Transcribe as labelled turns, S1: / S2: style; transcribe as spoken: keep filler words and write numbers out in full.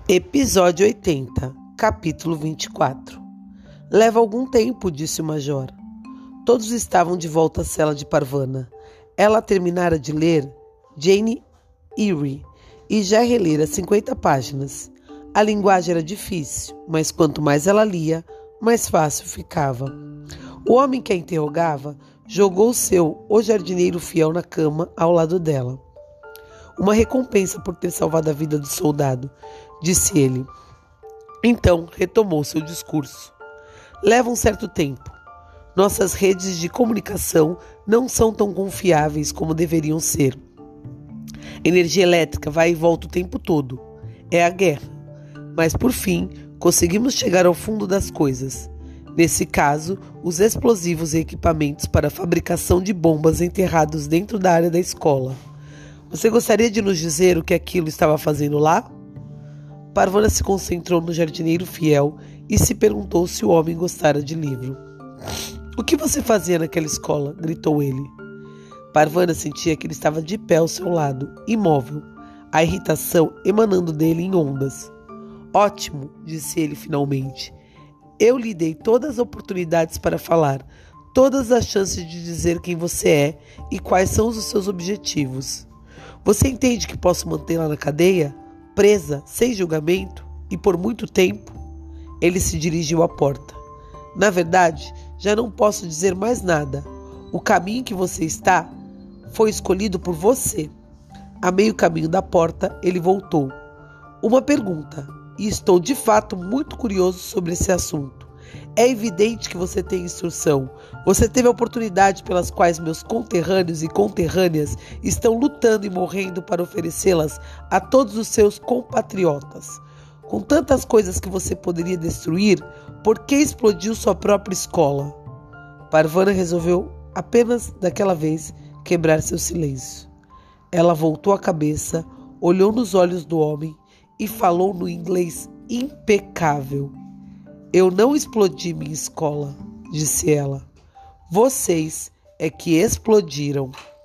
S1: Episódio oitenta, capítulo vinte e quatro. Leva algum tempo, disse o major. Todos estavam de volta à cela de Parvana. Ela terminara de ler Jane Eyre e já relera cinquenta páginas. A linguagem era difícil, mas quanto mais ela lia, mais fácil ficava. O homem que a interrogava jogou seu O Jardineiro Fiel na cama ao lado dela. Uma recompensa por ter salvado a vida do soldado, disse ele. Então retomou seu discurso. Leva um certo tempo. Nossas redes de comunicação não são tão confiáveis como deveriam ser. Energia elétrica vai e volta o tempo todo. É a guerra. Mas por fim, conseguimos chegar ao fundo das coisas. Nesse caso, os explosivos e equipamentos para a fabricação de bombas enterrados dentro da área da escola. Você gostaria de nos dizer o que aquilo estava fazendo lá? Parvana se concentrou no Jardineiro Fiel e se perguntou se o homem gostara de livro. O que você fazia naquela escola? Gritou ele. Parvana sentia que ele estava de pé ao seu lado, imóvel, a irritação emanando dele em ondas. Ótimo, disse ele finalmente. Eu lhe dei todas as oportunidades para falar, todas as chances de dizer quem você é e quais são os seus objetivos. Você entende que posso mantê-la na cadeia, presa, sem julgamento e por muito tempo? Ele se dirigiu à porta. Na verdade, já não posso dizer mais nada. O caminho que você está foi escolhido por você. A meio caminho da porta, ele voltou. Uma pergunta, e estou de fato muito curioso sobre esse assunto. É evidente que você tem instrução. Você teve a oportunidade pelas quais meus conterrâneos e conterrâneas estão lutando e morrendo para oferecê-las a todos os seus compatriotas. Com tantas coisas que você poderia destruir, por que explodiu sua própria escola? Parvana resolveu apenas daquela vez quebrar seu silêncio. Ela voltou a cabeça, olhou nos olhos do homem e falou no inglês impecável. Eu não explodi minha escola, disse ela. Vocês é que explodiram.